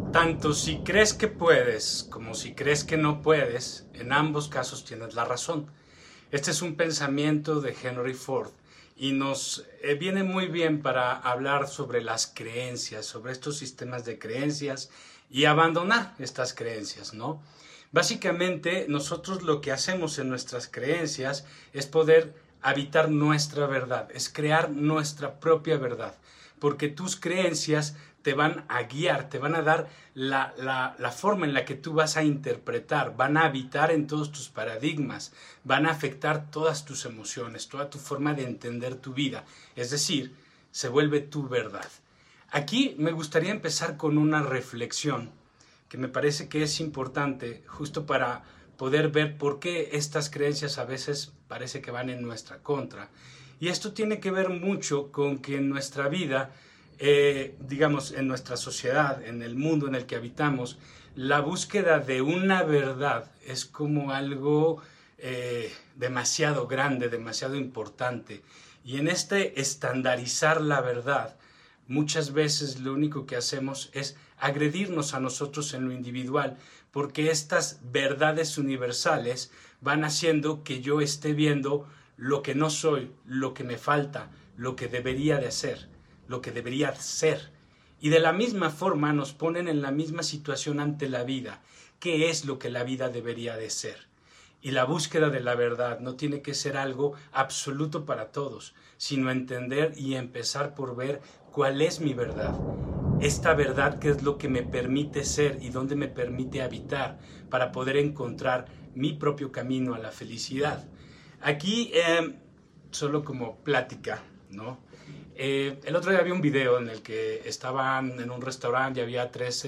Tanto si crees que puedes como si crees que no puedes, en ambos casos tienes la razón. Este es un pensamiento de Henry Ford y nos viene muy bien para hablar sobre las creencias, sobre estos sistemas de creencias y abandonar estas creencias, ¿no? Básicamente, nosotros lo que hacemos en nuestras creencias es poder habitar nuestra verdad, es crear nuestra propia verdad, porque tus creencias te van a guiar, te van a dar la forma en la que tú vas a interpretar, van a habitar en todos tus paradigmas, van a afectar todas tus emociones, toda tu forma de entender tu vida, es decir, se vuelve tu verdad. Aquí me gustaría empezar con una reflexión que me parece que es importante justo para poder ver por qué estas creencias a veces parece que van en nuestra contra. Y esto tiene que ver mucho con que en nuestra vida, digamos, en nuestra sociedad, en el mundo en el que habitamos, la búsqueda de una verdad es como algo demasiado grande, demasiado importante. Y en este estandarizar la verdad, muchas veces lo único que hacemos es agredirnos a nosotros en lo individual, porque estas verdades universales van haciendo que yo esté viendo lo que no soy, lo que me falta, lo que debería de hacer, lo que debería ser. Y de la misma forma nos ponen en la misma situación ante la vida. ¿Qué es lo que la vida debería de ser? Y la búsqueda de la verdad no tiene que ser algo absoluto para todos, sino entender y empezar por ver cuál es mi verdad. Esta verdad, qué es lo que me permite ser y dónde me permite habitar para poder encontrar mi propio camino a la felicidad. Aquí, solo como plática, ¿no? El otro día había un video en el que estaban en un restaurante y había tres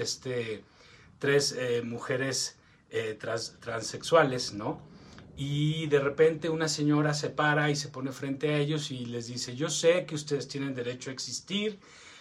mujeres transexuales, ¿no? Y de repente una señora se para y se pone frente a ellos y les dice: yo sé que ustedes tienen derecho a existir,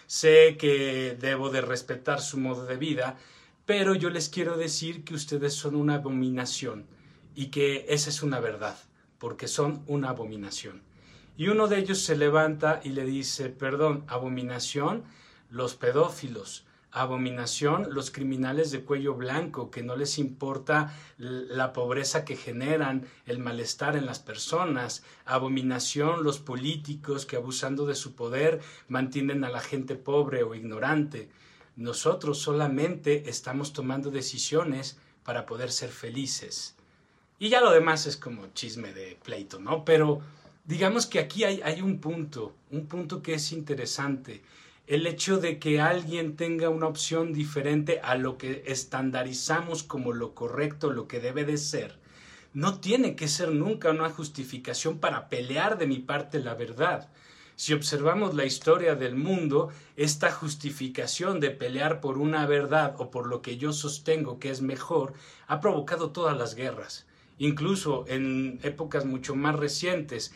sé que debo de respetar su modo de vida, pero yo les quiero decir que ustedes son una abominación y que esa es una verdad, porque son una abominación. Y uno de ellos se levanta y le dice: perdón, abominación, los pedófilos, abominación, los criminales de cuello blanco, que no les importa la pobreza que generan, el malestar en las personas, abominación, los políticos que abusando de su poder mantienen a la gente pobre o ignorante. Nosotros solamente estamos tomando decisiones para poder ser felices. Y ya lo demás es como chisme de pleito, ¿no? Pero digamos que aquí hay un punto que es interesante. El hecho de que alguien tenga una opción diferente a lo que estandarizamos como lo correcto, lo que debe de ser, no tiene que ser nunca una justificación para pelear de mi parte la verdad. Si observamos la historia del mundo, esta justificación de pelear por una verdad o por lo que yo sostengo que es mejor, ha provocado todas las guerras. Incluso en épocas mucho más recientes,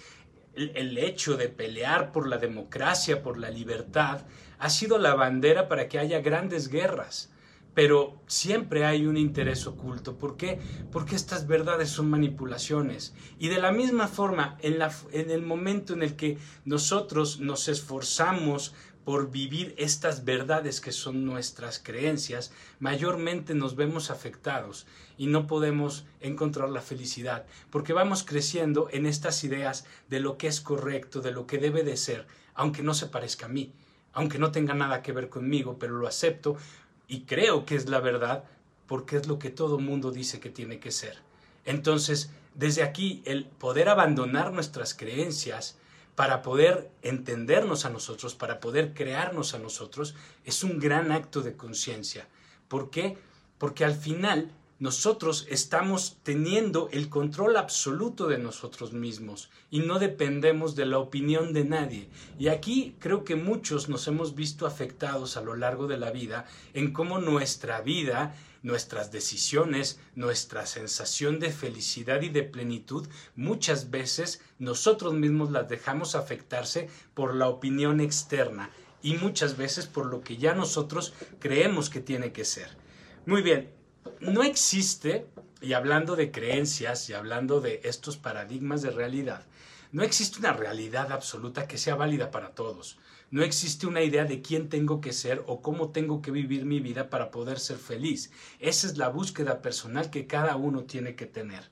el hecho de pelear por la democracia, por la libertad, ha sido la bandera para que haya grandes guerras. Pero siempre hay un interés oculto. ¿Por qué? Porque estas verdades son manipulaciones. Y de la misma forma, en el momento en el que nosotros nos esforzamos por vivir estas verdades que son nuestras creencias, mayormente nos vemos afectados y no podemos encontrar la felicidad, porque vamos creciendo en estas ideas de lo que es correcto, de lo que debe de ser, aunque no se parezca a mí, aunque no tenga nada que ver conmigo, pero lo acepto y creo que es la verdad porque es lo que todo mundo dice que tiene que ser. Entonces, desde aquí, el poder abandonar nuestras creencias para poder entendernos a nosotros, para poder crearnos a nosotros, es un gran acto de conciencia. ¿Por qué? Porque al final nosotros estamos teniendo el control absoluto de nosotros mismos y no dependemos de la opinión de nadie. Y aquí creo que muchos nos hemos visto afectados a lo largo de la vida en cómo nuestra vida, nuestras decisiones, nuestra sensación de felicidad y de plenitud, muchas veces nosotros mismos las dejamos afectarse por la opinión externa y muchas veces por lo que ya nosotros creemos que tiene que ser. Muy bien, no existe, y hablando de creencias y hablando de estos paradigmas de realidad, no existe una realidad absoluta que sea válida para todos. No existe una idea de quién tengo que ser o cómo tengo que vivir mi vida para poder ser feliz. Esa es la búsqueda personal que cada uno tiene que tener.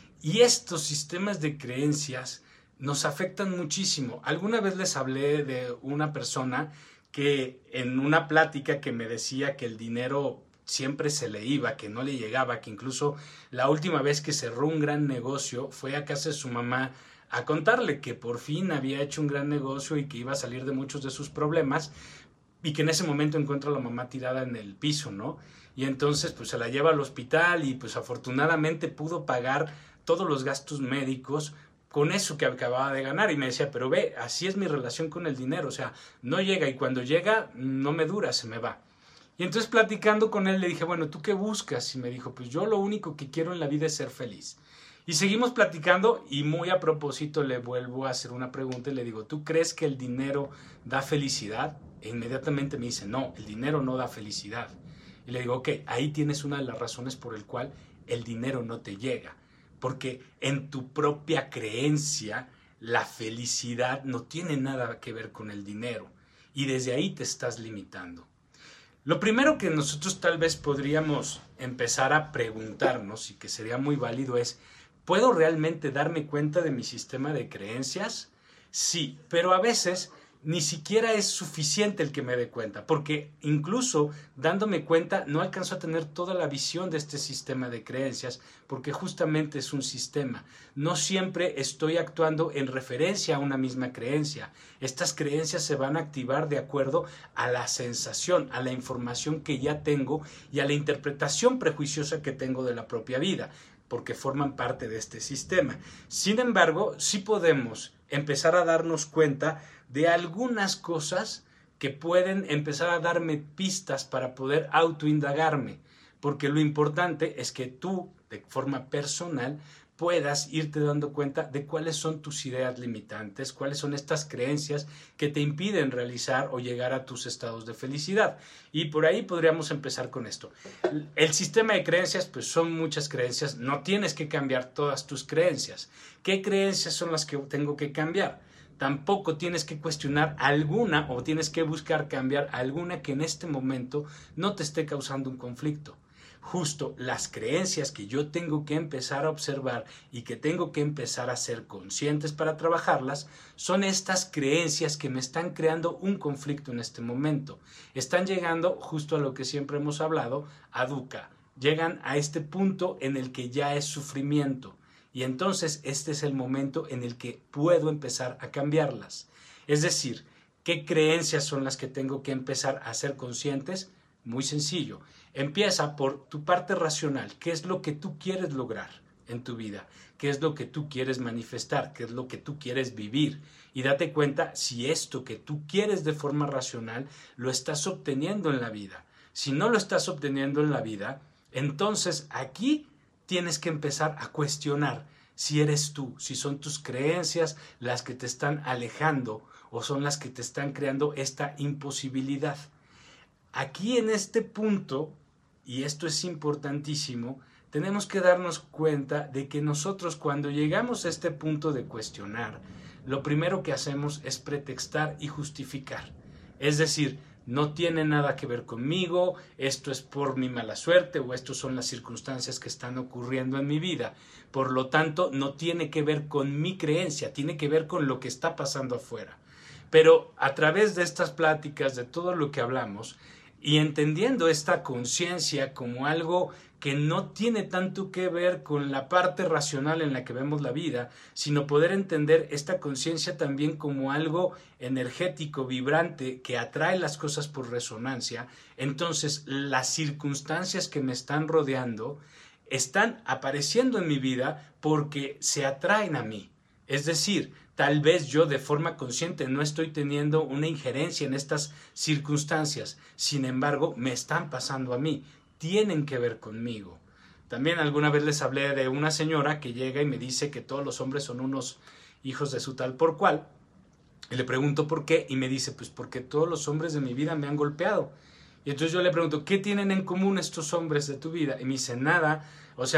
Y estos sistemas de creencias nos afectan muchísimo. Alguna vez les hablé de una persona que en una plática que me decía que el dinero siempre se le iba, que no le llegaba, que incluso la última vez que cerró un gran negocio fue a casa de su mamá a contarle que por fin había hecho un gran negocio y que iba a salir de muchos de sus problemas, y que en ese momento encuentra a la mamá tirada en el piso, ¿no? Y entonces pues se la lleva al hospital y pues afortunadamente pudo pagar todos los gastos médicos con eso que acababa de ganar. Y me decía, pero ve, así es mi relación con el dinero, o sea, no llega, y cuando llega no me dura, se me va. Y entonces platicando con él le dije, bueno, ¿tú qué buscas? Y me dijo, pues yo lo único que quiero en la vida es ser feliz. Y seguimos platicando, y muy a propósito le vuelvo a hacer una pregunta y le digo, ¿tú crees que el dinero da felicidad? E inmediatamente me dice, no, el dinero no da felicidad. Y le digo, ok, ahí tienes una de las razones por el cual el dinero no te llega. Porque en tu propia creencia, la felicidad no tiene nada que ver con el dinero. Y desde ahí te estás limitando. Lo primero que nosotros tal vez podríamos empezar a preguntarnos, y que sería muy válido, es, ¿puedo realmente darme cuenta de mi sistema de creencias? Sí, pero a veces ni siquiera es suficiente el que me dé cuenta, porque incluso dándome cuenta no alcanzo a tener toda la visión de este sistema de creencias, porque justamente es un sistema. No siempre estoy actuando en referencia a una misma creencia. Estas creencias se van a activar de acuerdo a la sensación, a la información que ya tengo y a la interpretación prejuiciosa que tengo de la propia vida, porque forman parte de este sistema. Sin embargo, sí podemos empezar a darnos cuenta de algunas cosas que pueden empezar a darme pistas para poder autoindagarme, porque lo importante es que tú, de forma personal, puedas irte dando cuenta de cuáles son tus ideas limitantes, cuáles son estas creencias que te impiden realizar o llegar a tus estados de felicidad. Y por ahí podríamos empezar con esto. El sistema de creencias, pues son muchas creencias, no tienes que cambiar todas tus creencias. ¿Qué creencias son las que tengo que cambiar? Tampoco tienes que cuestionar alguna o tienes que buscar cambiar alguna que en este momento no te esté causando un conflicto. Justo las creencias que yo tengo que empezar a observar y que tengo que empezar a ser conscientes para trabajarlas son estas creencias que me están creando un conflicto en este momento. Están llegando justo a lo que siempre hemos hablado, a dukkha. Llegan a este punto en el que ya es sufrimiento. Y entonces este es el momento en el que puedo empezar a cambiarlas. Es decir, ¿qué creencias son las que tengo que empezar a ser conscientes? Muy sencillo. Empieza por tu parte racional. ¿Qué es lo que tú quieres lograr en tu vida? ¿Qué es lo que tú quieres manifestar? ¿Qué es lo que tú quieres vivir? Y date cuenta si esto que tú quieres de forma racional lo estás obteniendo en la vida. Si no lo estás obteniendo en la vida, entonces aquí tienes que empezar a cuestionar si eres tú, si son tus creencias las que te están alejando o son las que te están creando esta imposibilidad. Aquí en este punto, y esto es importantísimo, tenemos que darnos cuenta de que nosotros cuando llegamos a este punto de cuestionar, lo primero que hacemos es pretextar y justificar. Es decir, no tiene nada que ver conmigo, esto es por mi mala suerte o estas son las circunstancias que están ocurriendo en mi vida. Por lo tanto, no tiene que ver con mi creencia, tiene que ver con lo que está pasando afuera. Pero a través de estas pláticas, de todo lo que hablamos, y entendiendo esta conciencia como algo que no tiene tanto que ver con la parte racional en la que vemos la vida, sino poder entender esta conciencia también como algo energético, vibrante, que atrae las cosas por resonancia, entonces las circunstancias que me están rodeando están apareciendo en mi vida porque se atraen a mí. Es decir, tal vez yo de forma consciente no estoy teniendo una injerencia en estas circunstancias, sin embargo, me están pasando a mí, tienen que ver conmigo. También alguna vez les hablé de una señora que llega y me dice que todos los hombres son unos hijos de su tal por cual, y le pregunto por qué, y me dice, pues porque todos los hombres de mi vida me han golpeado. Y entonces yo le pregunto, ¿qué tienen en común estos hombres de tu vida? Y me dice, nada, o sea,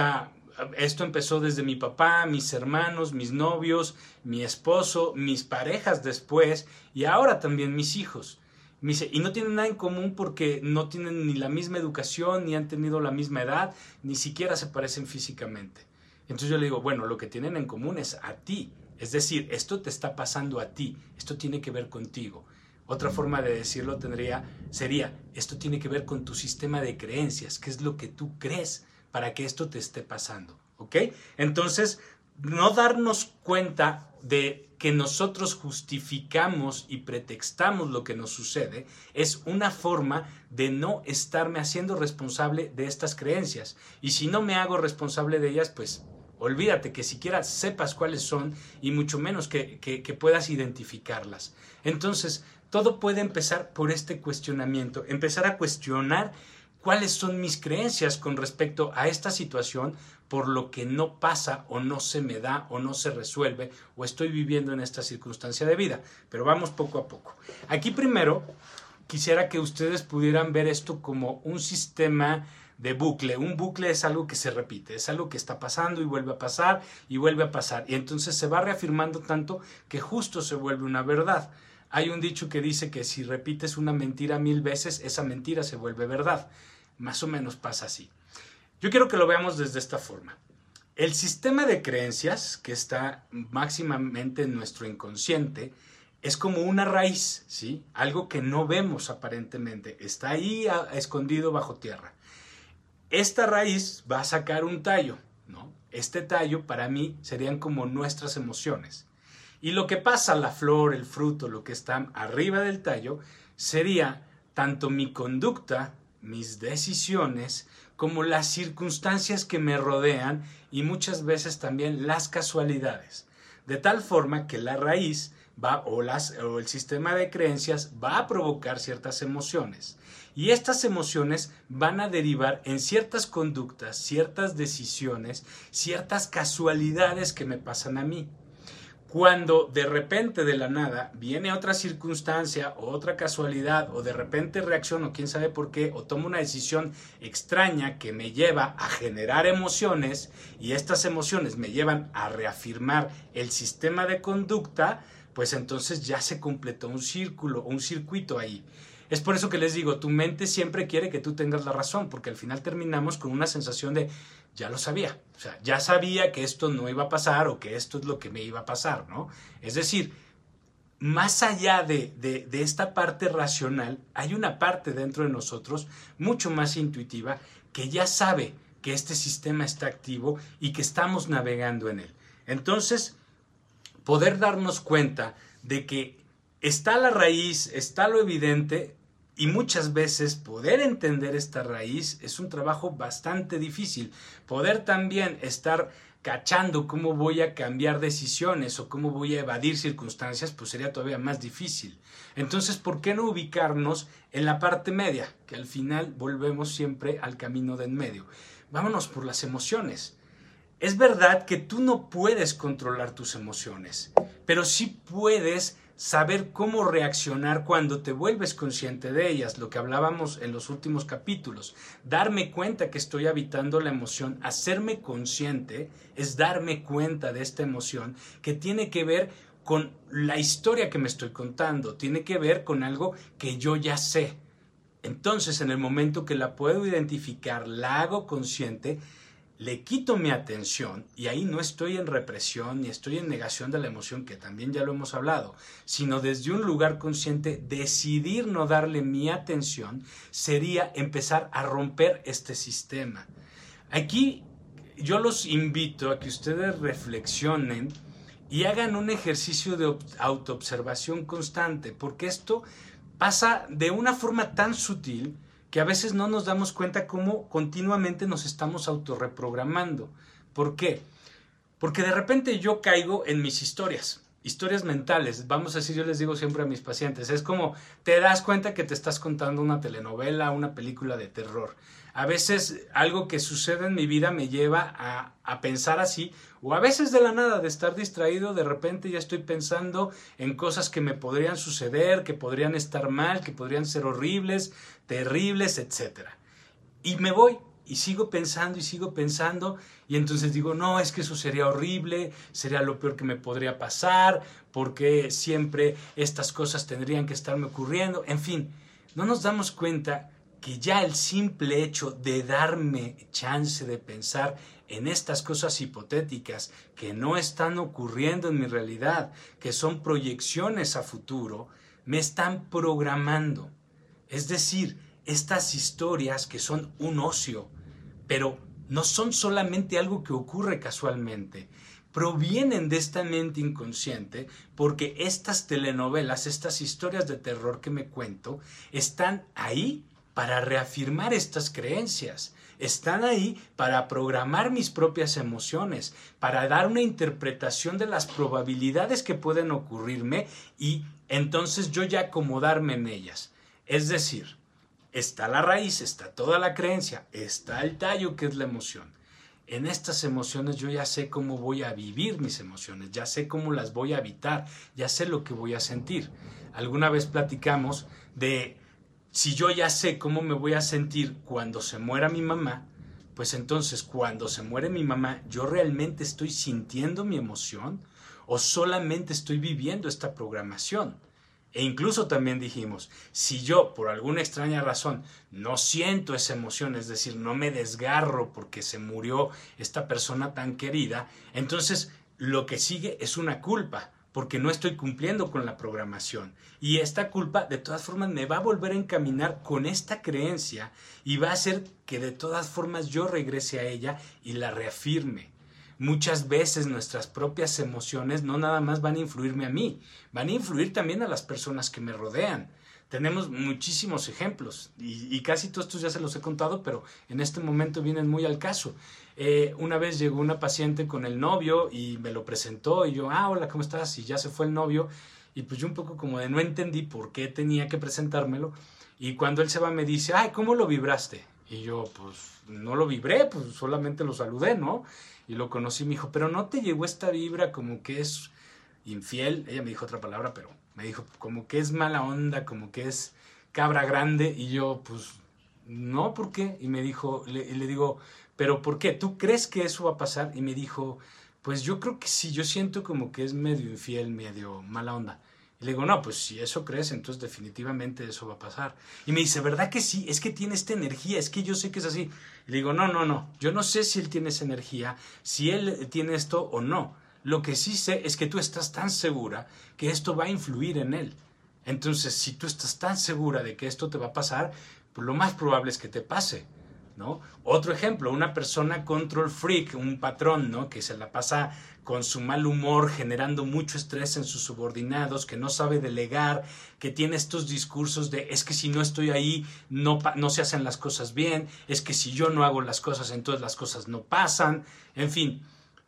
esto empezó desde mi papá, mis hermanos, mis novios, mi esposo, mis parejas después y ahora también mis hijos. Me dice, y no tienen nada en común porque no tienen ni la misma educación, ni han tenido la misma edad, ni siquiera se parecen físicamente. Entonces yo le digo, bueno, lo que tienen en común es a ti. Es decir, esto te está pasando a ti, esto tiene que ver contigo. Otra forma de decirlo sería, esto tiene que ver con tu sistema de creencias, qué es lo que tú crees para que esto te esté pasando, ¿ok? Entonces, no darnos cuenta de que nosotros justificamos y pretextamos lo que nos sucede es una forma de no estarme haciendo responsable de estas creencias. Y si no me hago responsable de ellas, pues olvídate que siquiera sepas cuáles son y mucho menos que puedas identificarlas. Entonces, todo puede empezar por este cuestionamiento, empezar a cuestionar cuáles son mis creencias con respecto a esta situación por lo que no pasa o no se me da o no se resuelve o estoy viviendo en esta circunstancia de vida. Pero vamos poco a poco. Aquí primero quisiera que ustedes pudieran ver esto como un sistema de bucle. Un bucle es algo que se repite, es algo que está pasando y vuelve a pasar y vuelve a pasar. Y entonces se va reafirmando tanto que justo se vuelve una verdad. Hay un dicho que dice que si repites una mentira 1000 veces, esa mentira se vuelve verdad. Más o menos pasa así. Yo quiero que lo veamos desde esta forma. El sistema de creencias que está máximamente en nuestro inconsciente es como una raíz, ¿sí? Algo que no vemos aparentemente. Está ahí escondido bajo tierra. Esta raíz va a sacar un tallo, ¿no? Este tallo para mí serían como nuestras emociones. Y lo que pasa, la flor, el fruto, lo que está arriba del tallo, sería tanto mi conducta, mis decisiones, como las circunstancias que me rodean y muchas veces también las casualidades. De tal forma que la raíz o el sistema de creencias va a provocar ciertas emociones. Y estas emociones van a derivar en ciertas conductas, ciertas decisiones, ciertas casualidades que me pasan a mí. Cuando de repente de la nada viene otra circunstancia o otra casualidad o de repente reacciono, quién sabe por qué, o tomo una decisión extraña que me lleva a generar emociones y estas emociones me llevan a reafirmar el sistema de conducta, pues entonces ya se completó un círculo, un circuito ahí. Es por eso que les digo, tu mente siempre quiere que tú tengas la razón, porque al final terminamos con una sensación de ya lo sabía, o sea, ya sabía que esto no iba a pasar o que esto es lo que me iba a pasar, ¿no? Es decir, más allá de esta parte racional, hay una parte dentro de nosotros mucho más intuitiva que ya sabe que este sistema está activo y que estamos navegando en él. Entonces, poder darnos cuenta de que está la raíz, está lo evidente, y muchas veces poder entender esta raíz es un trabajo bastante difícil. Poder también estar cachando cómo voy a cambiar decisiones o cómo voy a evadir circunstancias, pues sería todavía más difícil. Entonces, ¿por qué no ubicarnos en la parte media? Que al final volvemos siempre al camino de en medio. Vámonos por las emociones. Es verdad que tú no puedes controlar tus emociones, pero sí puedes saber cómo reaccionar cuando te vuelves consciente de ellas, lo que hablábamos en los últimos capítulos. Darme cuenta que estoy habitando la emoción, hacerme consciente es darme cuenta de esta emoción que tiene que ver con la historia que me estoy contando, tiene que ver con algo que yo ya sé. Entonces, en el momento que la puedo identificar, la hago consciente, le quito mi atención y ahí no estoy en represión ni estoy en negación de la emoción, que también ya lo hemos hablado, sino desde un lugar consciente, decidir no darle mi atención sería empezar a romper este sistema. Aquí yo los invito a que ustedes reflexionen y hagan un ejercicio de autoobservación constante, porque esto pasa de una forma tan sutil que a veces no nos damos cuenta cómo continuamente nos estamos autorreprogramando. ¿Por qué? Porque de repente yo caigo en mis historias mentales. Vamos a decir, yo les digo siempre a mis pacientes, es como te das cuenta que te estás contando una telenovela, una película de terror. A veces algo que sucede en mi vida me lleva a pensar así, o a veces de la nada, de estar distraído, de repente ya estoy pensando en cosas que me podrían suceder, que podrían estar mal, que podrían ser horribles, terribles, etc. Y me voy y sigo pensando y entonces digo, no, es que eso sería horrible, sería lo peor que me podría pasar, porque siempre estas cosas tendrían que estarme ocurriendo, en fin, no nos damos cuenta que ya el simple hecho de darme chance de pensar en estas cosas hipotéticas que no están ocurriendo en mi realidad, que son proyecciones a futuro, me están programando. Es decir, estas historias que son un ocio, pero no son solamente algo que ocurre casualmente, provienen de esta mente inconsciente porque estas telenovelas, estas historias de terror que me cuento, están ahí para reafirmar estas creencias, están ahí para programar mis propias emociones, para dar una interpretación de las probabilidades que pueden ocurrirme y entonces yo ya acomodarme en ellas. Es decir, está la raíz, está toda la creencia, está el tallo que es la emoción. En estas emociones yo ya sé cómo voy a vivir mis emociones, ya sé cómo las voy a habitar, ya sé lo que voy a sentir. Alguna vez platicamos de si yo ya sé cómo me voy a sentir cuando se muera mi mamá, pues entonces cuando se muere mi mamá, ¿yo realmente estoy sintiendo mi emoción o solamente estoy viviendo esta programación? E incluso también dijimos, si yo por alguna extraña razón no siento esa emoción, es decir, no me desgarro porque se murió esta persona tan querida, entonces lo que sigue es una culpa, porque no estoy cumpliendo con la programación. Y esta culpa de todas formas me va a volver a encaminar con esta creencia y va a hacer que de todas formas yo regrese a ella y la reafirme. Muchas veces nuestras propias emociones no nada más van a influirme a mí, van a influir también a las personas que me rodean. Tenemos muchísimos ejemplos y casi todos estos ya se los he contado, pero en este momento vienen muy al caso. Una vez llegó una paciente con el novio y me lo presentó y yo, hola, ¿cómo estás? Y ya se fue el novio y pues yo un poco como de no entendí por qué tenía que presentármelo y cuando él se va me dice, ¿cómo lo vibraste? Y yo, pues no lo vibré, pues solamente lo saludé, ¿no? Y lo conocí y me dijo, pero ¿no te llegó esta vibra como que es infiel? Ella me dijo otra palabra, pero me dijo como que es mala onda, como que es cabra grande. Y yo, pues, no, ¿por qué? Y me dijo, le digo, ¿pero por qué? ¿Tú crees que eso va a pasar? Y me dijo, pues yo creo que sí, yo siento como que es medio infiel, medio mala onda. Y le digo, no, pues si eso crees, entonces definitivamente eso va a pasar. Y me dice, ¿verdad que sí? Es que tiene esta energía, es que yo sé que es así. Y le digo, no, yo no sé si él tiene esa energía, si él tiene esto o no. Lo que sí sé es que tú estás tan segura que esto va a influir en él. Entonces, si tú estás tan segura de que esto te va a pasar, pues lo más probable es que te pase, ¿no? Otro ejemplo, una persona control freak, un patrón, ¿no? Que se la pasa con su mal humor, generando mucho estrés en sus subordinados, que no sabe delegar, que tiene estos discursos de es que si no estoy ahí no se hacen las cosas bien, es que si yo no hago las cosas entonces las cosas no pasan, en fin.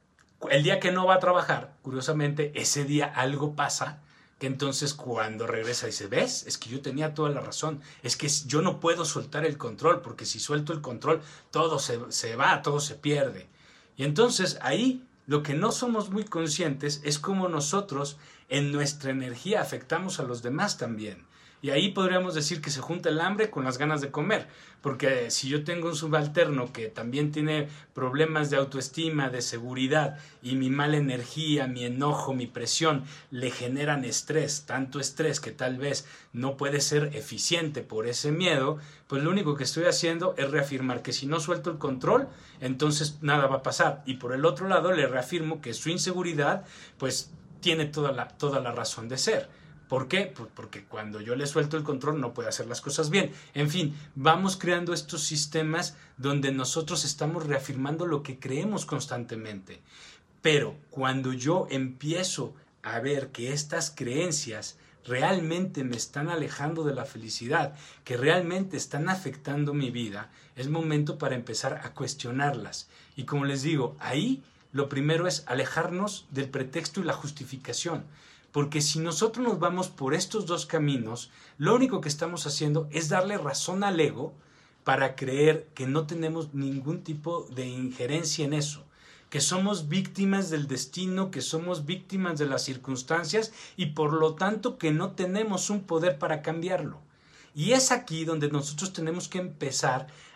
El día que no va a trabajar, curiosamente, ese día algo pasa que entonces cuando regresa dice, ¿ves? Es que yo tenía toda la razón, es que yo no puedo soltar el control, porque si suelto el control todo se va, todo se pierde. Y entonces ahí lo que no somos muy conscientes es cómo nosotros en nuestra energía afectamos a los demás también. Y ahí podríamos decir que se junta el hambre con las ganas de comer, porque si yo tengo un subalterno que también tiene problemas de autoestima, de seguridad, y mi mala energía, mi enojo, mi presión le generan estrés, tanto estrés que tal vez no puede ser eficiente por ese miedo, pues lo único que estoy haciendo es reafirmar que si no suelto el control, entonces nada va a pasar. Y por el otro lado le reafirmo que su inseguridad, pues tiene toda la razón de ser. ¿Por qué? Pues porque cuando yo le suelto el control no puede hacer las cosas bien. En fin, vamos creando estos sistemas donde nosotros estamos reafirmando lo que creemos constantemente. Pero cuando yo empiezo a ver que estas creencias realmente me están alejando de la felicidad, que realmente están afectando mi vida, es momento para empezar a cuestionarlas. Y como les digo, ahí lo primero es alejarnos del pretexto y la justificación. Porque si nosotros nos vamos por estos dos caminos, lo único que estamos haciendo es darle razón al ego para creer que no tenemos ningún tipo de injerencia en eso, que somos víctimas del destino, que somos víctimas de las circunstancias y por lo tanto que no tenemos un poder para cambiarlo. Y es aquí donde nosotros tenemos que empezar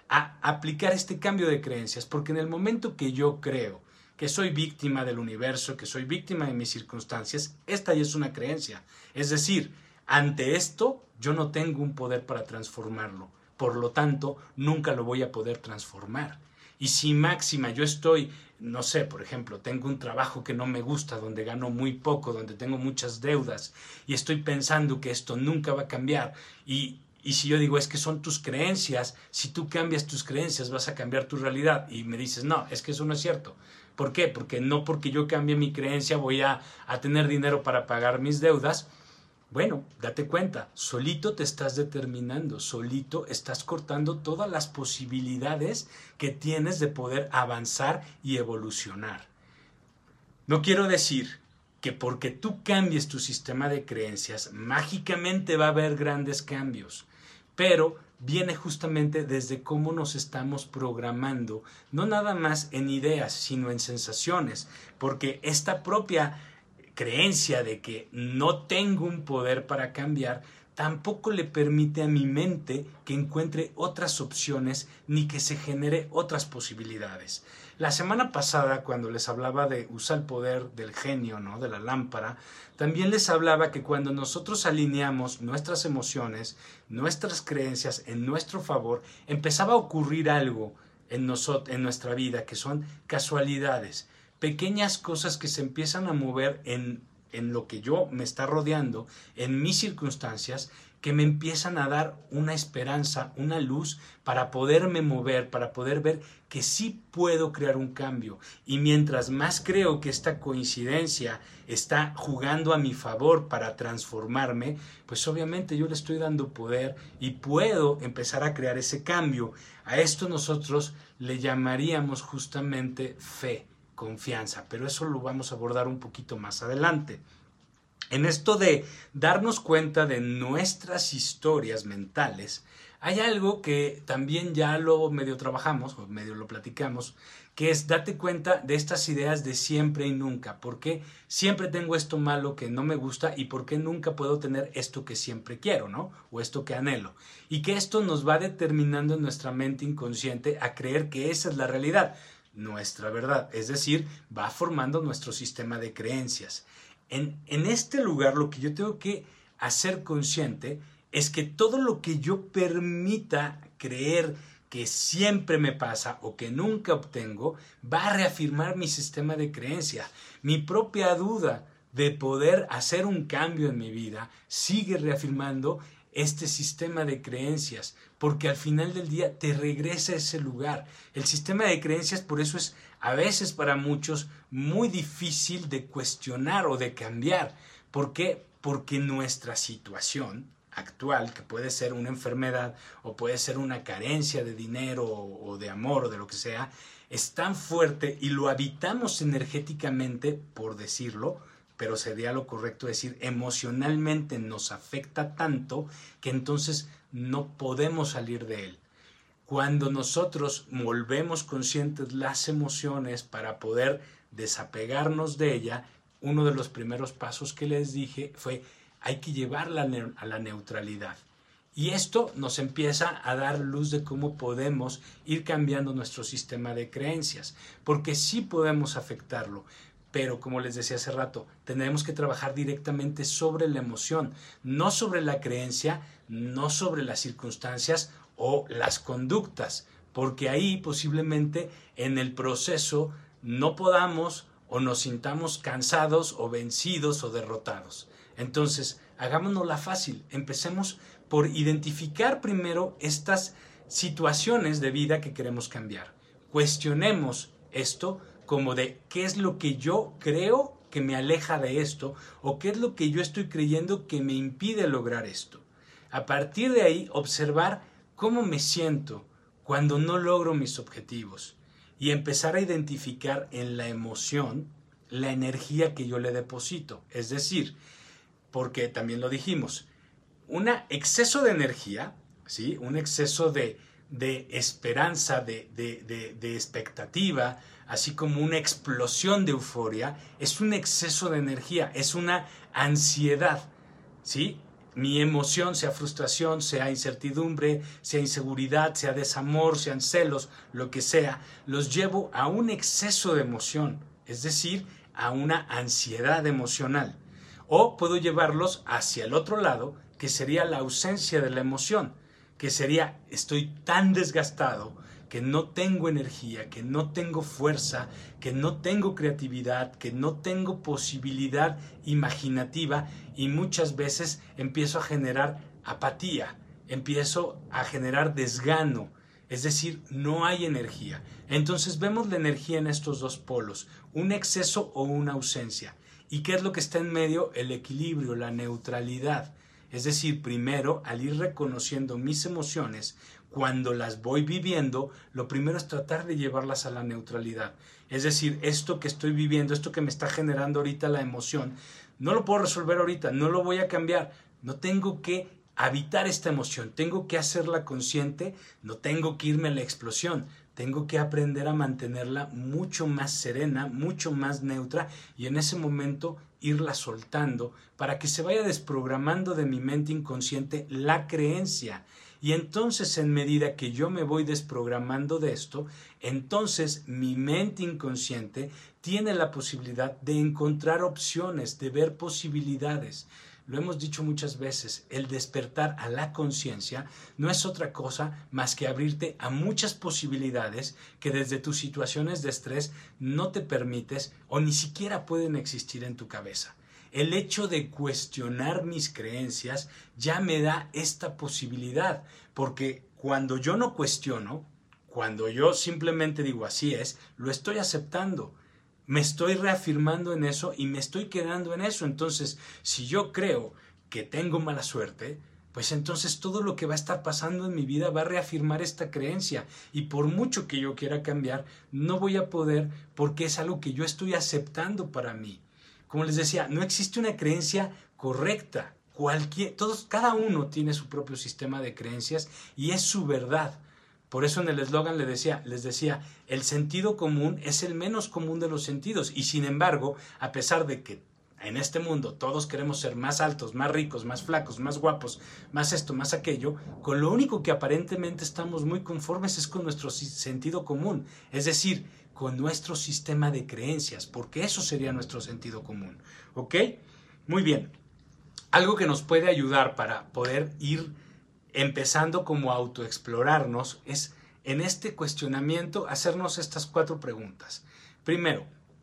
a aplicar este cambio de creencias, porque en el momento que yo creo que soy víctima del universo, que soy víctima de mis circunstancias, esta ya es una creencia. Es decir, ante esto yo no tengo un poder para transformarlo. Por lo tanto, nunca lo voy a poder transformar. Y si máxima yo estoy, no sé, por ejemplo, tengo un trabajo que no me gusta, donde gano muy poco, donde tengo muchas deudas, y estoy pensando que esto nunca va a cambiar, y si yo digo, es que son tus creencias, si tú cambias tus creencias vas a cambiar tu realidad, y me dices, no, es que eso no es cierto. ¿Por qué? Porque no porque yo cambie mi creencia voy a tener dinero para pagar mis deudas. Bueno, date cuenta, solito te estás determinando, solito estás cortando todas las posibilidades que tienes de poder avanzar y evolucionar. No quiero decir que porque tú cambies tu sistema de creencias, mágicamente va a haber grandes cambios, pero viene justamente desde cómo nos estamos programando, no nada más en ideas, sino en sensaciones, porque esta propia creencia de que no tengo un poder para cambiar tampoco le permite a mi mente que encuentre otras opciones ni que se genere otras posibilidades. La semana pasada, cuando les hablaba de usar el poder del genio, ¿no?, de la lámpara, también les hablaba que cuando nosotros alineamos nuestras emociones, nuestras creencias en nuestro favor, empezaba a ocurrir algo en nuestra vida que son casualidades, pequeñas cosas que se empiezan a mover en lo que yo me está rodeando, en mis circunstancias, que me empiezan a dar una esperanza, una luz para poderme mover, para poder ver que sí puedo crear un cambio. Y mientras más creo que esta coincidencia está jugando a mi favor para transformarme, pues obviamente yo le estoy dando poder y puedo empezar a crear ese cambio. A esto nosotros le llamaríamos justamente fe, confianza, pero eso lo vamos a abordar un poquito más adelante. En esto de darnos cuenta de nuestras historias mentales, hay algo que también ya lo medio trabajamos, o medio lo platicamos, que es date cuenta de estas ideas de siempre y nunca. ¿Por qué siempre tengo esto malo que no me gusta y por qué nunca puedo tener esto que siempre quiero, ¿no? O esto que anhelo. Y que esto nos va determinando en nuestra mente inconsciente a creer que esa es la realidad, nuestra verdad. Es decir, va formando nuestro sistema de creencias. En este lugar lo que yo tengo que hacer consciente es que todo lo que yo permita creer que siempre me pasa o que nunca obtengo va a reafirmar mi sistema de creencia. Mi propia duda de poder hacer un cambio en mi vida sigue reafirmando este sistema de creencias, porque al final del día te regresa a ese lugar. El sistema de creencias por eso es a veces para muchos muy difícil de cuestionar o de cambiar. ¿Por qué? Porque nuestra situación actual, que puede ser una enfermedad o puede ser una carencia de dinero o de amor o de lo que sea, es tan fuerte y lo habitamos energéticamente, por decirlo, pero sería lo correcto decir emocionalmente nos afecta tanto que entonces no podemos salir de él. Cuando nosotros volvemos conscientes las emociones para poder desapegarnos de ella, uno de los primeros pasos que les dije fue hay que llevarla a la neutralidad. Y esto nos empieza a dar luz de cómo podemos ir cambiando nuestro sistema de creencias, porque sí podemos afectarlo. Pero como les decía hace rato, tenemos que trabajar directamente sobre la emoción, no sobre la creencia, no sobre las circunstancias o las conductas, porque ahí posiblemente en el proceso no podamos o nos sintamos cansados o vencidos o derrotados. Entonces, hagámonosla fácil, empecemos por identificar primero estas situaciones de vida que queremos cambiar. Cuestionemos esto como de qué es lo que yo creo que me aleja de esto o qué es lo que yo estoy creyendo que me impide lograr esto. A partir de ahí, observar cómo me siento cuando no logro mis objetivos y empezar a identificar en la emoción la energía que yo le deposito. Es decir, porque también lo dijimos, un exceso de energía, ¿sí?, un exceso de esperanza, de expectativa, así como una explosión de euforia, es un exceso de energía, es una ansiedad, ¿sí? mi emoción, sea frustración, sea incertidumbre, sea inseguridad, sea desamor, sean celos, lo que sea, los llevo a un exceso de emoción, es decir, a una ansiedad emocional. O puedo llevarlos hacia el otro lado, que sería la ausencia de la emoción, que sería estoy tan desgastado que no tengo energía, que no tengo fuerza, que no tengo creatividad, que no tengo posibilidad imaginativa y muchas veces empiezo a generar apatía, empiezo a generar desgano, es decir, no hay energía. Entonces vemos la energía en estos dos polos, un exceso o una ausencia. ¿Y qué es lo que está en medio? El equilibrio, la neutralidad. Es decir, primero, al ir reconociendo mis emociones, cuando las voy viviendo, lo primero es tratar de llevarlas a la neutralidad. Es decir, esto que estoy viviendo, esto que me está generando ahorita la emoción, no lo puedo resolver ahorita, no lo voy a cambiar. No tengo que habitar esta emoción, tengo que hacerla consciente, no tengo que irme a la explosión. Tengo que aprender a mantenerla mucho más serena, mucho más neutra y en ese momento irla soltando para que se vaya desprogramando de mi mente inconsciente la creencia. Y entonces en medida que yo me voy desprogramando de esto, entonces mi mente inconsciente tiene la posibilidad de encontrar opciones, de ver posibilidades. Lo hemos dicho muchas veces, el despertar a la conciencia no es otra cosa más que abrirte a muchas posibilidades que desde tus situaciones de estrés no te permites o ni siquiera pueden existir en tu cabeza. El hecho de cuestionar mis creencias ya me da esta posibilidad, porque cuando yo no cuestiono, cuando yo simplemente digo así es, lo estoy aceptando. Me estoy reafirmando en eso y me estoy quedando en eso. Entonces, si yo creo que tengo mala suerte, pues entonces todo lo que va a estar pasando en mi vida va a reafirmar esta creencia. Y por mucho que yo quiera cambiar, no voy a poder porque es algo que yo estoy aceptando para mí. Como les decía, no existe una creencia correcta. Cada uno tiene su propio sistema de creencias y es su verdad. Por eso en el eslogan les decía, el sentido común es el menos común de los sentidos. Y sin embargo, a pesar de que en este mundo todos queremos ser más altos, más ricos, más flacos, más guapos, más esto, más aquello, con lo único que aparentemente estamos muy conformes es con nuestro sentido común. Es decir, con nuestro sistema de creencias, porque eso sería nuestro sentido común. ¿Ok? Muy bien. Algo que nos puede ayudar para poder ir empezando como a autoexplorarnos es en este cuestionamiento hacernos estas 4 preguntas. Primero,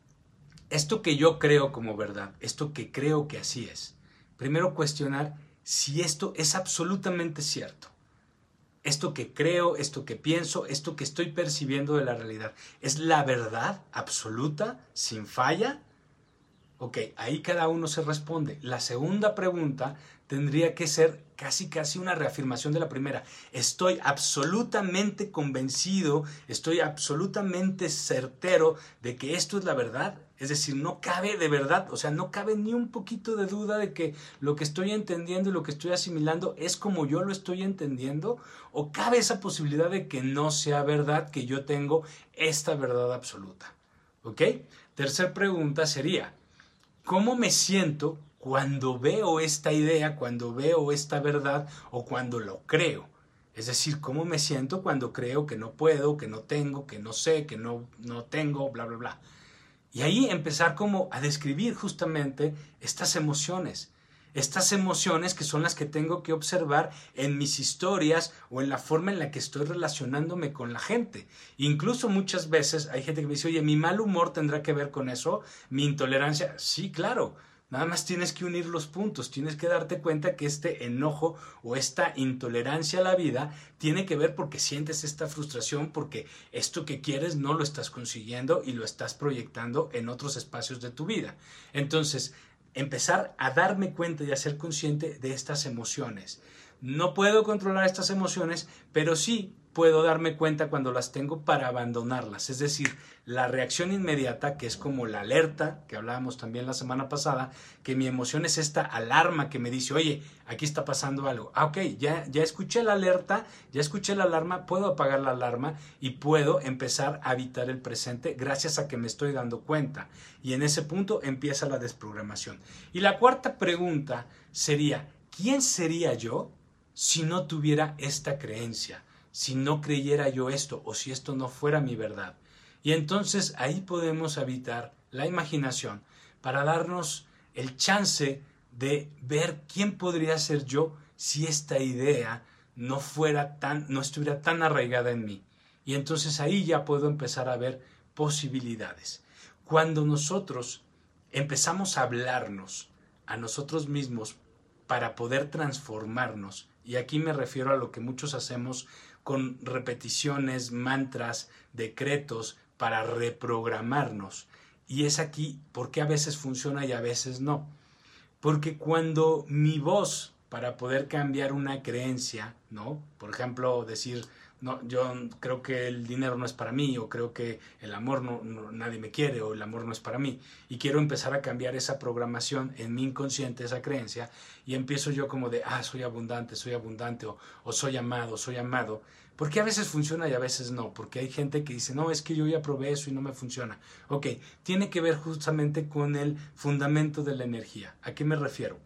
esto que yo creo como verdad, esto que creo que así es. Primero cuestionar si esto es absolutamente cierto. Esto que creo, esto que pienso, esto que estoy percibiendo de la realidad, ¿es la verdad absoluta, sin falla? Ok, ahí cada uno se responde. La segunda pregunta tendría que ser casi una reafirmación de la primera. Estoy absolutamente convencido, estoy absolutamente certero de que esto es la verdad. Es decir, no cabe de verdad, o sea, no cabe ni un poquito de duda de que lo que estoy entendiendo y lo que estoy asimilando es como yo lo estoy entendiendo. O cabe esa posibilidad de que no sea verdad, que yo tengo esta verdad absoluta. ¿Ok? Tercer pregunta sería, ¿cómo me siento cuando veo esta idea, cuando veo esta verdad o cuando lo creo? Es decir, ¿cómo me siento cuando creo que no puedo, que no tengo, que no sé, que no tengo, bla, bla, bla? Y ahí empezar como a describir justamente estas emociones que son las que tengo que observar en mis historias o en la forma en la que estoy relacionándome con la gente. Incluso muchas veces hay gente que me dice, oye, ¿mi mal humor tendrá que ver con eso? ¿Mi intolerancia? Sí, claro. Nada más tienes que unir los puntos, tienes que darte cuenta que este enojo o esta intolerancia a la vida tiene que ver porque sientes esta frustración, porque esto que quieres no lo estás consiguiendo y lo estás proyectando en otros espacios de tu vida. Entonces, empezar a darme cuenta y a ser consciente de estas emociones. No puedo controlar estas emociones, pero sí puedo darme cuenta cuando las tengo para abandonarlas. Es decir, la reacción inmediata, que es como la alerta, que hablábamos también la semana pasada, que mi emoción es esta alarma que me dice, oye, aquí está pasando algo. Ah, ok, ya escuché la alerta, ya escuché la alarma, puedo apagar la alarma y puedo empezar a habitar el presente gracias a que me estoy dando cuenta. Y en ese punto empieza la desprogramación. Y la cuarta pregunta sería, ¿quién sería yo si no tuviera esta creencia? Si no creyera yo esto o si esto no fuera mi verdad. Y entonces ahí podemos habitar la imaginación para darnos el chance de ver quién podría ser yo si esta idea no estuviera tan arraigada en mí. Y entonces ahí ya puedo empezar a ver posibilidades. Cuando nosotros empezamos a hablarnos a nosotros mismos para poder transformarnos, y aquí me refiero a lo que muchos hacemos con repeticiones, mantras, decretos para reprogramarnos. Y es aquí porque a veces funciona y a veces no. Porque cuando mi voz, para poder cambiar una creencia, ¿no? Por ejemplo, decir, no, yo creo que el dinero no es para mí, o creo que el amor nadie me quiere, o el amor no es para mí, y quiero empezar a cambiar esa programación en mi inconsciente, esa creencia, y empiezo yo como de, soy abundante, o soy amado, porque a veces funciona y a veces no, porque hay gente que dice, no, es que yo ya probé eso y no me funciona. Ok, tiene que ver justamente con el fundamento de la energía. ¿A qué me refiero?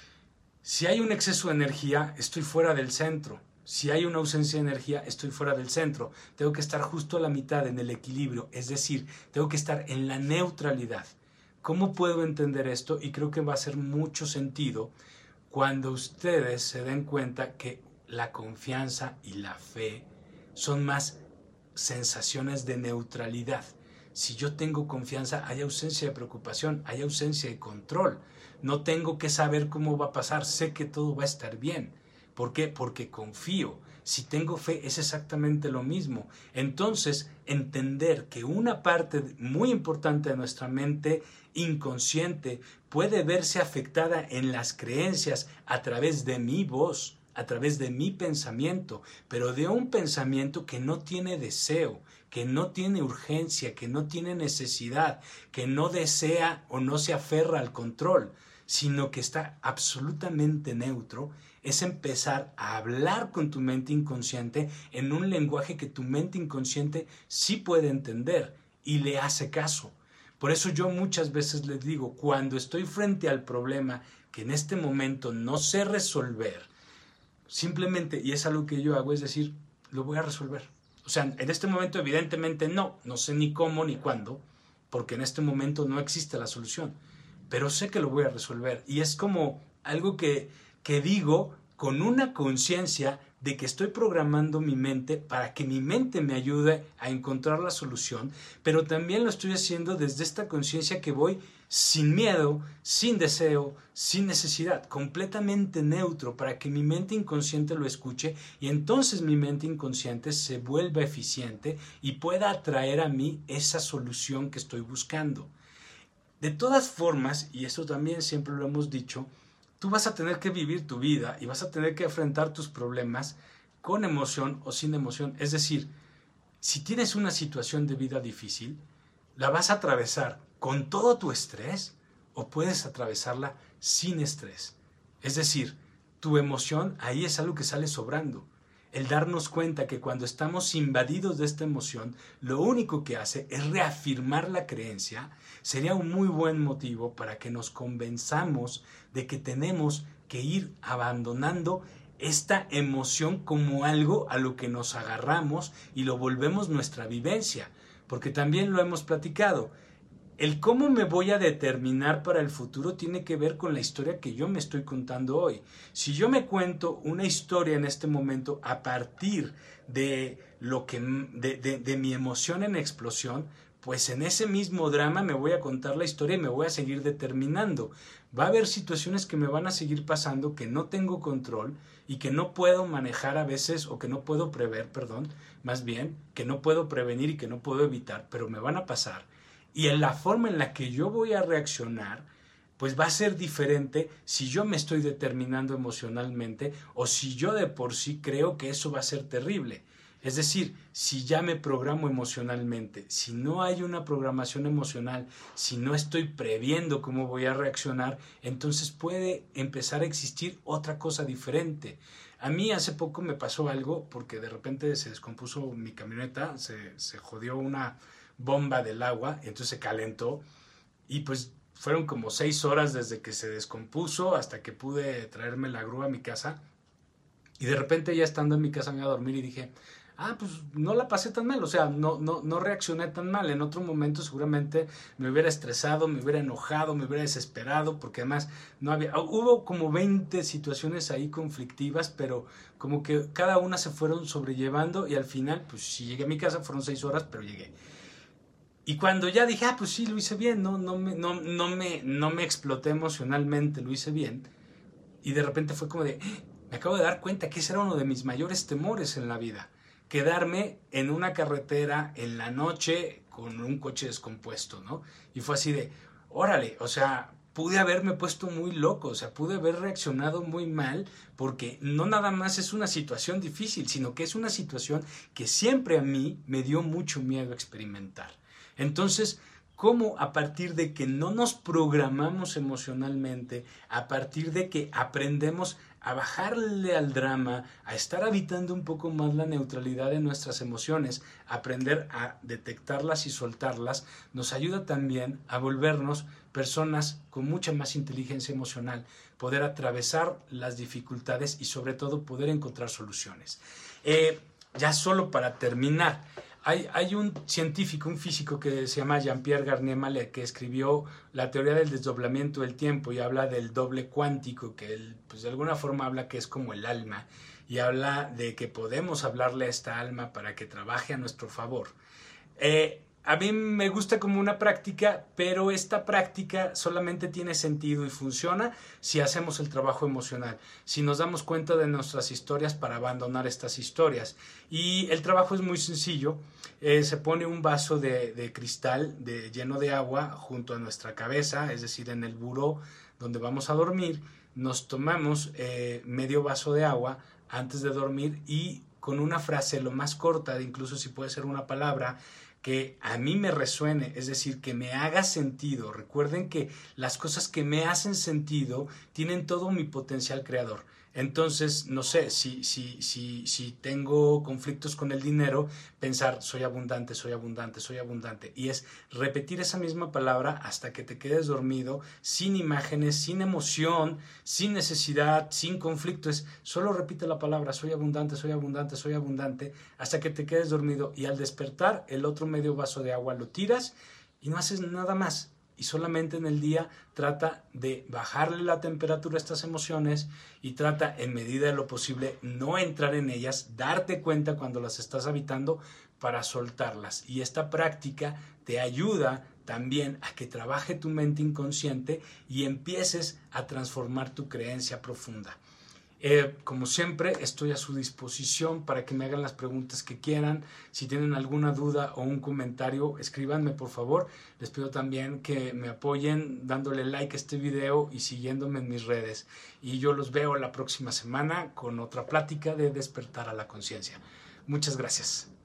Si hay un exceso de energía, estoy fuera del centro. Si hay una ausencia de energía, estoy fuera del centro. Tengo que estar justo a la mitad, en el equilibrio, es decir, tengo que estar en la neutralidad. ¿Cómo puedo entender esto? Y creo que va a hacer mucho sentido cuando ustedes se den cuenta que la confianza y la fe son más sensaciones de neutralidad. Si yo tengo confianza, hay ausencia de preocupación, hay ausencia de control. No tengo que saber cómo va a pasar, sé que todo va a estar bien. ¿Por qué? Porque confío. Si tengo fe es exactamente lo mismo. Entonces, entender que una parte muy importante de nuestra mente inconsciente puede verse afectada en las creencias a través de mi voz, a través de mi pensamiento, pero de un pensamiento que no tiene deseo, que no tiene urgencia, que no tiene necesidad, que no desea o no se aferra al control, sino que está absolutamente neutro. Es empezar a hablar con tu mente inconsciente en un lenguaje que tu mente inconsciente sí puede entender y le hace caso. Por eso yo muchas veces les digo, cuando estoy frente al problema que en este momento no sé resolver, simplemente, y es algo que yo hago, es decir, lo voy a resolver. O sea, en este momento evidentemente no sé ni cómo ni cuándo, porque en este momento no existe la solución, pero sé que lo voy a resolver. Y es como algo que digo con una conciencia de que estoy programando mi mente para que mi mente me ayude a encontrar la solución, pero también lo estoy haciendo desde esta conciencia que voy sin miedo, sin deseo, sin necesidad, completamente neutro para que mi mente inconsciente lo escuche y entonces mi mente inconsciente se vuelva eficiente y pueda atraer a mí esa solución que estoy buscando. De todas formas, y eso también siempre lo hemos dicho, tú vas a tener que vivir tu vida y vas a tener que enfrentar tus problemas con emoción o sin emoción. Es decir, si tienes una situación de vida difícil, la vas a atravesar con todo tu estrés o puedes atravesarla sin estrés. Es decir, tu emoción ahí es algo que sale sobrando. El darnos cuenta que cuando estamos invadidos de esta emoción, lo único que hace es reafirmar la creencia, sería un muy buen motivo para que nos convenzamos de que tenemos que ir abandonando esta emoción como algo a lo que nos agarramos y lo volvemos nuestra vivencia, porque también lo hemos platicado. El cómo me voy a determinar para el futuro tiene que ver con la historia que yo me estoy contando hoy. Si yo me cuento una historia en este momento a partir de mi emoción en explosión, pues en ese mismo drama me voy a contar la historia y me voy a seguir determinando. Va a haber situaciones que me van a seguir pasando que no tengo control y que no puedo manejar a veces, o que no puedo prever, más bien, que no puedo prevenir y que no puedo evitar, pero me van a pasar. Y en la forma en la que yo voy a reaccionar, pues va a ser diferente si yo me estoy determinando emocionalmente o si yo de por sí creo que eso va a ser terrible. Es decir, si ya me programo emocionalmente, si no hay una programación emocional, si no estoy previendo cómo voy a reaccionar, entonces puede empezar a existir otra cosa diferente. A mí hace poco me pasó algo porque de repente se descompuso mi camioneta, se jodió una bomba del agua, entonces se calentó y pues fueron como 6 horas desde que se descompuso hasta que pude traerme la grúa a mi casa. Y de repente ya estando en mi casa me iba a dormir y dije, pues no la pasé tan mal, o sea, no reaccioné tan mal. En otro momento seguramente me hubiera estresado, me hubiera enojado, me hubiera desesperado, porque además hubo como 20 situaciones ahí conflictivas, pero como que cada una se fueron sobrellevando y al final, pues si llegué a mi casa fueron 6 horas, pero llegué. Y cuando ya dije, pues sí, lo hice bien, no me exploté emocionalmente, lo hice bien. Y de repente fue como de, me acabo de dar cuenta que ese era uno de mis mayores temores en la vida. Quedarme en una carretera en la noche con un coche descompuesto, ¿no? Y fue así de, órale, o sea, pude haberme puesto muy loco, o sea, pude haber reaccionado muy mal, porque no nada más es una situación difícil, sino que es una situación que siempre a mí me dio mucho miedo experimentar. Entonces, ¿cómo a partir de que no nos programamos emocionalmente, a partir de que aprendemos a bajarle al drama, a estar habitando un poco más la neutralidad de nuestras emociones, aprender a detectarlas y soltarlas, nos ayuda también a volvernos personas con mucha más inteligencia emocional, poder atravesar las dificultades y sobre todo poder encontrar soluciones? Ya solo para terminar, hay un científico, un físico que se llama Jean-Pierre Garnier-Mallet, que escribió la teoría del desdoblamiento del tiempo y habla del doble cuántico, que él, pues de alguna forma habla que es como el alma, y habla de que podemos hablarle a esta alma para que trabaje a nuestro favor. A mí me gusta como una práctica, pero esta práctica solamente tiene sentido y funciona si hacemos el trabajo emocional, si nos damos cuenta de nuestras historias para abandonar estas historias. Y el trabajo es muy sencillo. Se pone un vaso de cristal lleno de agua junto a nuestra cabeza, es decir, en el buró donde vamos a dormir. Nos tomamos medio vaso de agua antes de dormir y con una frase lo más corta, incluso si puede ser una palabra, que a mí me resuene, es decir, que me haga sentido. Recuerden que las cosas que me hacen sentido tienen todo mi potencial creador. Entonces, no sé, si tengo conflictos con el dinero, pensar soy abundante, soy abundante, soy abundante. Y es repetir esa misma palabra hasta que te quedes dormido, sin imágenes, sin emoción, sin necesidad, sin conflicto. Es solo repite la palabra soy abundante, soy abundante, soy abundante, hasta que te quedes dormido. Y al despertar, el otro medio vaso de agua lo tiras y no haces nada más. Y solamente en el día trata de bajarle la temperatura a estas emociones y trata en medida de lo posible no entrar en ellas, darte cuenta cuando las estás habitando para soltarlas. Y esta práctica te ayuda también a que trabaje tu mente inconsciente y empieces a transformar tu creencia profunda. Como siempre, estoy a su disposición para que me hagan las preguntas que quieran. Si tienen alguna duda o un comentario, escríbanme por favor. Les pido también que me apoyen dándole like a este video y siguiéndome en mis redes. Y yo los veo la próxima semana con otra plática de despertar a la conciencia. Muchas gracias.